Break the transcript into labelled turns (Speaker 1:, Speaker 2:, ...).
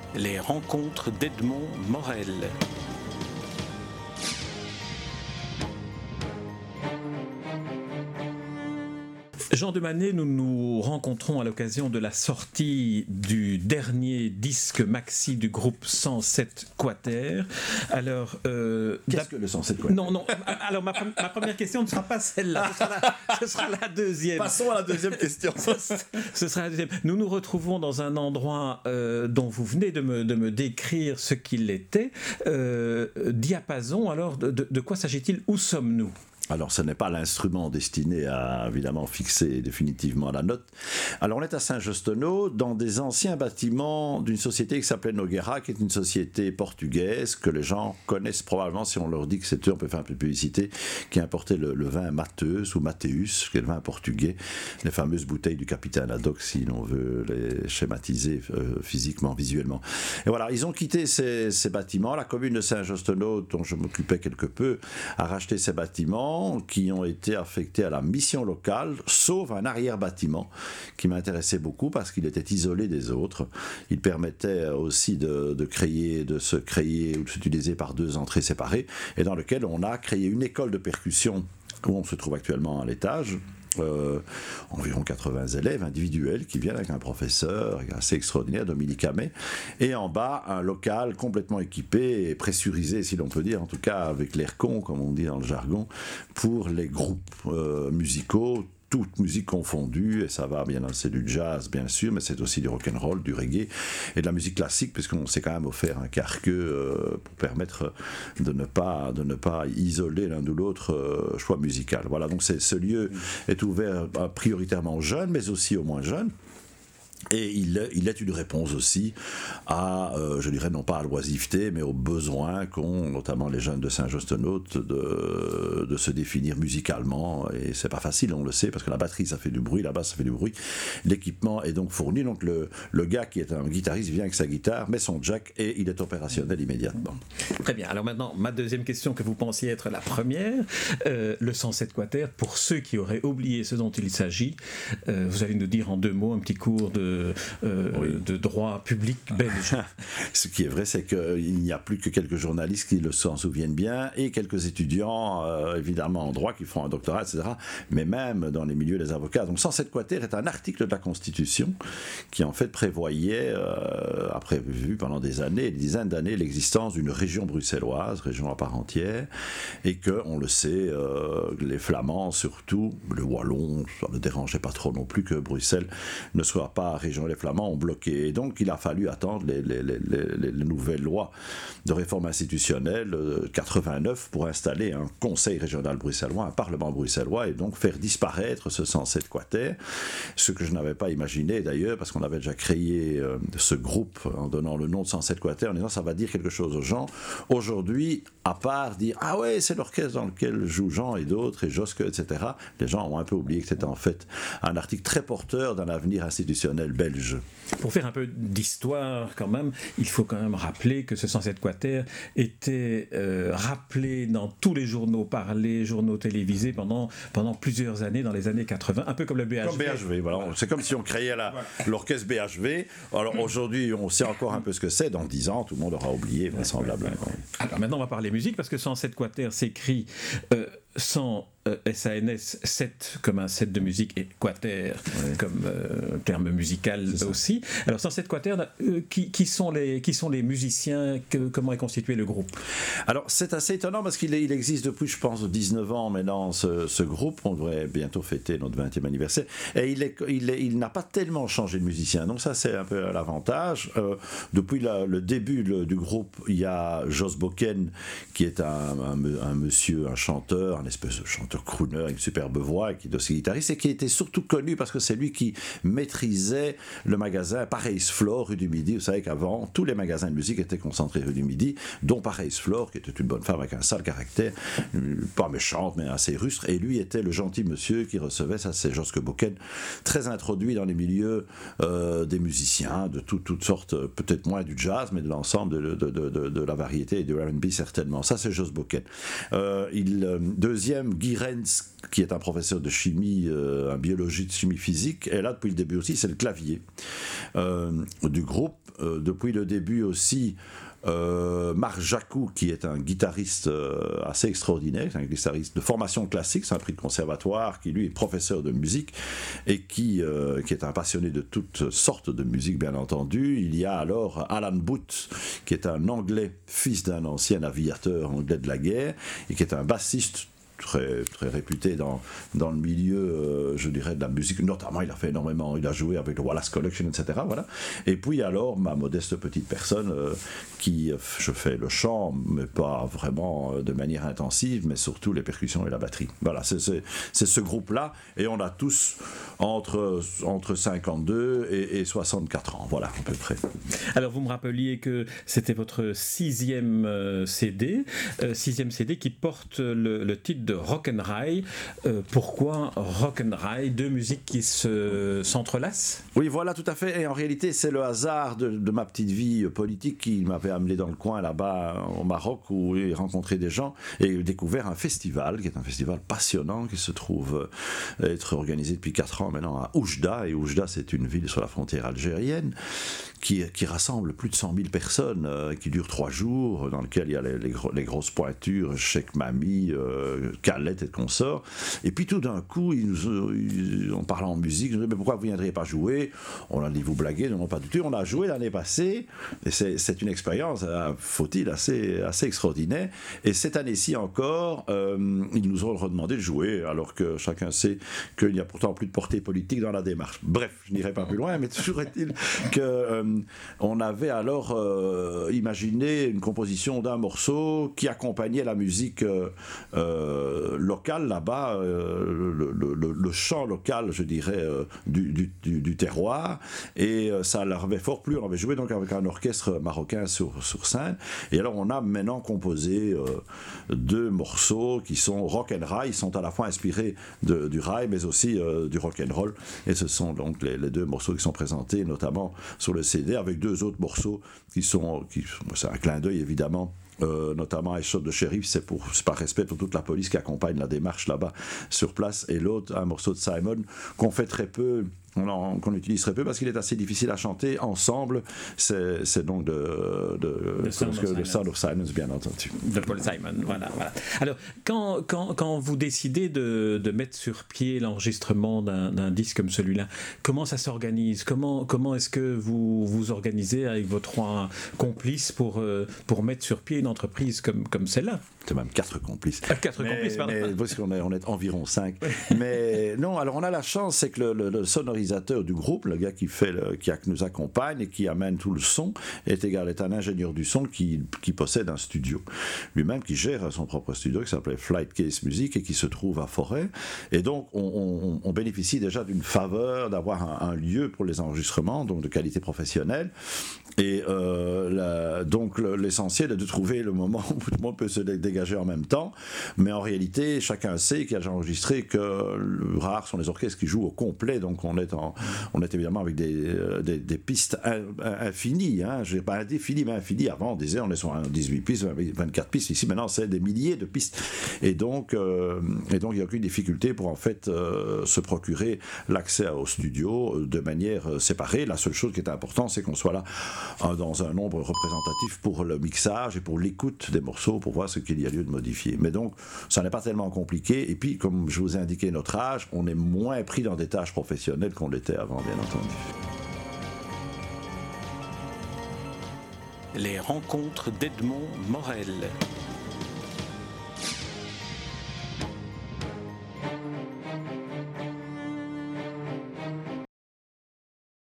Speaker 1: Les rencontres d'Edmond Morel. Jean Demanet, nous nous rencontrons à l'occasion de la sortie du dernier disque maxi du groupe 107 Quater. Alors,
Speaker 2: qu'est-ce que le 107 Quater ?
Speaker 1: Non. Alors, ma première question ne sera pas celle-là. Ce sera la deuxième.
Speaker 2: Passons à la deuxième question.
Speaker 1: Ce sera la deuxième. Nous nous retrouvons dans un endroit dont vous venez de me décrire ce qu'il était. Diapason, alors, de quoi s'agit-il ? Où sommes-nous ?
Speaker 2: Alors, ce n'est pas l'instrument destiné à, évidemment, fixer définitivement la note. Alors, on est à Saint-Jostono, dans des anciens bâtiments d'une société qui s'appelait Nogueira, qui est une société portugaise que les gens connaissent probablement, si on leur dit que c'est eux, on peut faire un peu de publicité, qui importait le vin Mateus ou Mateus, qui est le vin portugais, les fameuses bouteilles du capitaine Haddock, si l'on veut les schématiser physiquement, visuellement. Et voilà, ils ont quitté ces bâtiments. La commune de Saint-Jostono, dont je m'occupais quelque peu, a racheté ces bâtiments qui ont été affectés à la mission locale, sauf un arrière-bâtiment qui m'intéressait beaucoup parce qu'il était isolé des autres. Il permettait aussi de se créer ou de s'utiliser par deux entrées séparées, et dans lequel on a créé une école de percussion où on se trouve actuellement à l'étage. Environ 80 élèves individuels qui viennent avec un professeur assez extraordinaire, Dominique Hamet, et en bas un local complètement équipé et pressurisé, si l'on peut dire, en tout cas avec l'aircon, comme on dit dans le jargon, pour les groupes musicaux, toute musique confondue, et ça va bien, c'est du jazz bien sûr, mais c'est aussi du rock'n'roll, du reggae et de la musique classique, puisqu'on s'est quand même offert un carqueux pour permettre de ne pas isoler l'un ou l'autre choix musical. Voilà, donc ce lieu est ouvert prioritairement aux jeunes, mais aussi aux moins jeunes. Et il est une réponse aussi à, je dirais non pas à l'oisiveté, mais aux besoins qu'ont notamment les jeunes de Saint-Jostono de se définir musicalement. Et c'est pas facile, on le sait, parce que la batterie ça fait du bruit, la basse ça fait du bruit. L'équipement est donc fourni, donc le gars qui est un guitariste vient avec sa guitare, met son jack et il est opérationnel immédiatement.
Speaker 1: Très bien, alors maintenant, ma deuxième question que vous pensiez être la première, le 107 Quater, pour ceux qui auraient oublié ce dont il s'agit, vous allez nous dire en deux mots un petit cours de droit public belge.
Speaker 2: Ce qui est vrai, c'est qu'il n'y a plus que quelques journalistes qui s'en souviennent bien et quelques étudiants, évidemment en droit, qui font un doctorat, etc., mais même dans les milieux des avocats. Donc 107 Quater est un article de la Constitution qui en fait prévoyait, a prévu pendant des dizaines d'années, l'existence d'une région bruxelloise, région à part entière, et que, on le sait, les Flamands surtout, le Wallon, ça ne dérangeait pas trop non plus que Bruxelles ne soit pas région, les Flamands ont bloqué. Et donc, il a fallu attendre les nouvelles lois de réforme institutionnelle 89 pour installer un conseil régional bruxellois, un parlement bruxellois, et donc faire disparaître ce 107 Quater, ce que je n'avais pas imaginé d'ailleurs, parce qu'on avait déjà créé ce groupe en donnant le nom de 107 Quater, en disant ça va dire quelque chose aux gens. Aujourd'hui, à part dire « Ah ouais, c'est l'orchestre dans lequel jouent Jean et d'autres, et Josque, etc. », les gens ont un peu oublié que c'était en fait un article très porteur d'un avenir institutionnel belge.
Speaker 1: Pour faire un peu d'histoire quand même, il faut quand même rappeler que ce 107 Quater était rappelé dans tous les journaux parlés, journaux télévisés pendant plusieurs années, dans les années 80, un peu comme le BHV.
Speaker 2: Comme BHV, voilà. C'est comme si on créait l'orchestre BHV. Alors aujourd'hui, on sait encore un peu ce que c'est. Dans 10 ans, tout le monde aura oublié, vraisemblablement.
Speaker 1: Alors maintenant, on va parler musique, parce que 107 Quater s'écrit sans SANS, 7 comme un set de musique et quater comme terme musical aussi. Alors 107 Quater, qui sont les musiciens, comment est constitué le groupe ?
Speaker 2: Alors c'est assez étonnant parce qu'il existe depuis, je pense, 19 ans maintenant ce groupe. On devrait bientôt fêter notre 20e anniversaire. Et il n'a pas tellement changé de musicien. Donc ça c'est un peu l'avantage. Depuis le début du groupe, il y a Jos Boken qui est un monsieur, un chanteur, un espèce de chanteur crooner avec une superbe voix, qui est aussi guitariste et qui était surtout connu parce que c'est lui qui maîtrisait le magasin Pareis Flore rue du Midi. Vous savez qu'avant, tous les magasins de musique étaient concentrés rue du Midi, dont Pareis Flore, qui était une bonne femme avec un sale caractère, pas méchante mais assez rustre, et lui était le gentil monsieur qui recevait, ça c'est Josque Boken, très introduit dans les milieux des musiciens de toutes sortes, peut-être moins du jazz mais de l'ensemble de la variété et du R&B certainement. Ça c'est Jos Boken. deuxième, Guy Renz, qui est un professeur de chimie, un biologiste chimie physique, est là depuis le début aussi, c'est le clavier du groupe. Depuis le début aussi, Marc Jacou, qui est un guitariste assez extraordinaire, c'est un guitariste de formation classique, c'est un prix de conservatoire, qui lui est professeur de musique et qui est un passionné de toutes sortes de musique, bien entendu. Il y a alors Alan Booth, qui est un Anglais, fils d'un ancien aviateur anglais de la guerre, et qui est un bassiste très, très réputé dans le milieu, je dirais, de la musique. Notamment, il a joué avec le Wallace Collection, etc. Voilà. Et puis alors, ma modeste petite personne, je fais le chant, mais pas vraiment de manière intensive, mais surtout les percussions et la batterie. Voilà, c'est ce groupe-là, et on a tous entre 52 et 64 ans, voilà, à peu près.
Speaker 1: Alors, vous me rappeliez que c'était votre sixième CD qui porte le titre de Rock'n'Rail. Pourquoi Rock'n'Rail? Deux musiques qui s'entrelacent?
Speaker 2: Oui, voilà, tout à fait. Et en réalité, c'est le hasard de ma petite vie politique qui m'avait amené dans le coin là-bas au Maroc, où j'ai rencontré des gens et découvert un festival, qui est un festival passionnant, qui se trouve être organisé depuis 4 ans maintenant à Oujda. Et Oujda, c'est une ville sur la frontière algérienne qui rassemble plus de 100 000 personnes, qui dure 3 jours, dans lequel il y a les grosses pointures, Cheikh Mami, Khaled et consorts. Et puis tout d'un coup, en parlant en musique, ils nous disaient, mais pourquoi vous ne viendriez pas jouer? On a dit, vous blaguez? Non, pas du tout. On a joué l'année passée, et c'est une expérience, faut-il, assez extraordinaire. Et cette année-ci encore, ils nous ont redemandé de jouer, alors que chacun sait qu'il n'y a pourtant plus de portée politique dans la démarche. Bref, je n'irai pas plus loin, mais toujours est-il qu'on avait alors imaginé une composition d'un morceau qui accompagnait la musique local là-bas, le chant local, je dirais, du terroir, et ça leur avait fort plu. On avait joué donc avec un orchestre marocain sur scène, et alors on a maintenant composé 2 morceaux qui sont rock and rail, ils sont à la fois inspirés du rail mais aussi du rock and roll, et ce sont donc les 2 morceaux qui sont présentés notamment sur le CD, avec 2 autres morceaux c'est un clin d'œil évidemment, notamment I Shot the Sheriff, c'est par respect pour toute la police qui accompagne la démarche là-bas sur place, et l'autre, un morceau de Simon qu'on fait très peu, qu'on utilise très peu parce qu'il est assez difficile à chanter ensemble, c'est donc The Sound of Silence, bien entendu,
Speaker 1: de Paul Simon. Voilà. Alors quand vous décidez de mettre sur pied l'enregistrement d'un disque comme celui-là, comment ça s'organise? Comment est-ce que vous vous organisez avec vos 3 complices pour mettre sur pied une entreprise comme celle-là?
Speaker 2: C'est même 4 complices.
Speaker 1: 4 complices, pardon.
Speaker 2: Mais parce qu'on est environ 5. Mais non, alors on a la chance, c'est que le sonorisateur du groupe, le gars qui nous accompagne et qui amène tout le son, est un ingénieur du son qui possède un studio. Lui-même qui gère son propre studio, qui s'appelle Flight Case Music et qui se trouve à Forêt. Et donc on bénéficie déjà d'une faveur d'avoir un lieu pour les enregistrements, donc de qualité professionnelle. Et donc l'essentiel est de trouver le moment où tout le monde peut se dégager en même temps, mais en réalité chacun sait qu'il a déjà enregistré que rares sont les orchestres qui jouent au complet, donc on est évidemment avec des pistes infinies, hein. Je ne dirais pas indéfinies mais infinies. Avant on disait on est sur 18 pistes, 24 pistes, ici maintenant c'est des milliers de pistes, et donc il n'y a aucune difficulté pour en fait se procurer l'accès au studio de manière séparée. La seule chose qui est importante, c'est qu'on soit là dans un nombre représentatif pour le mixage et pour l'écoute des morceaux, pour voir ce qu'il y a lieu de modifier. Mais donc, ça n'est pas tellement compliqué. Et puis, comme je vous ai indiqué notre âge, on est moins pris dans des tâches professionnelles qu'on l'était avant, bien entendu.
Speaker 3: Les rencontres d'Edmond Morel.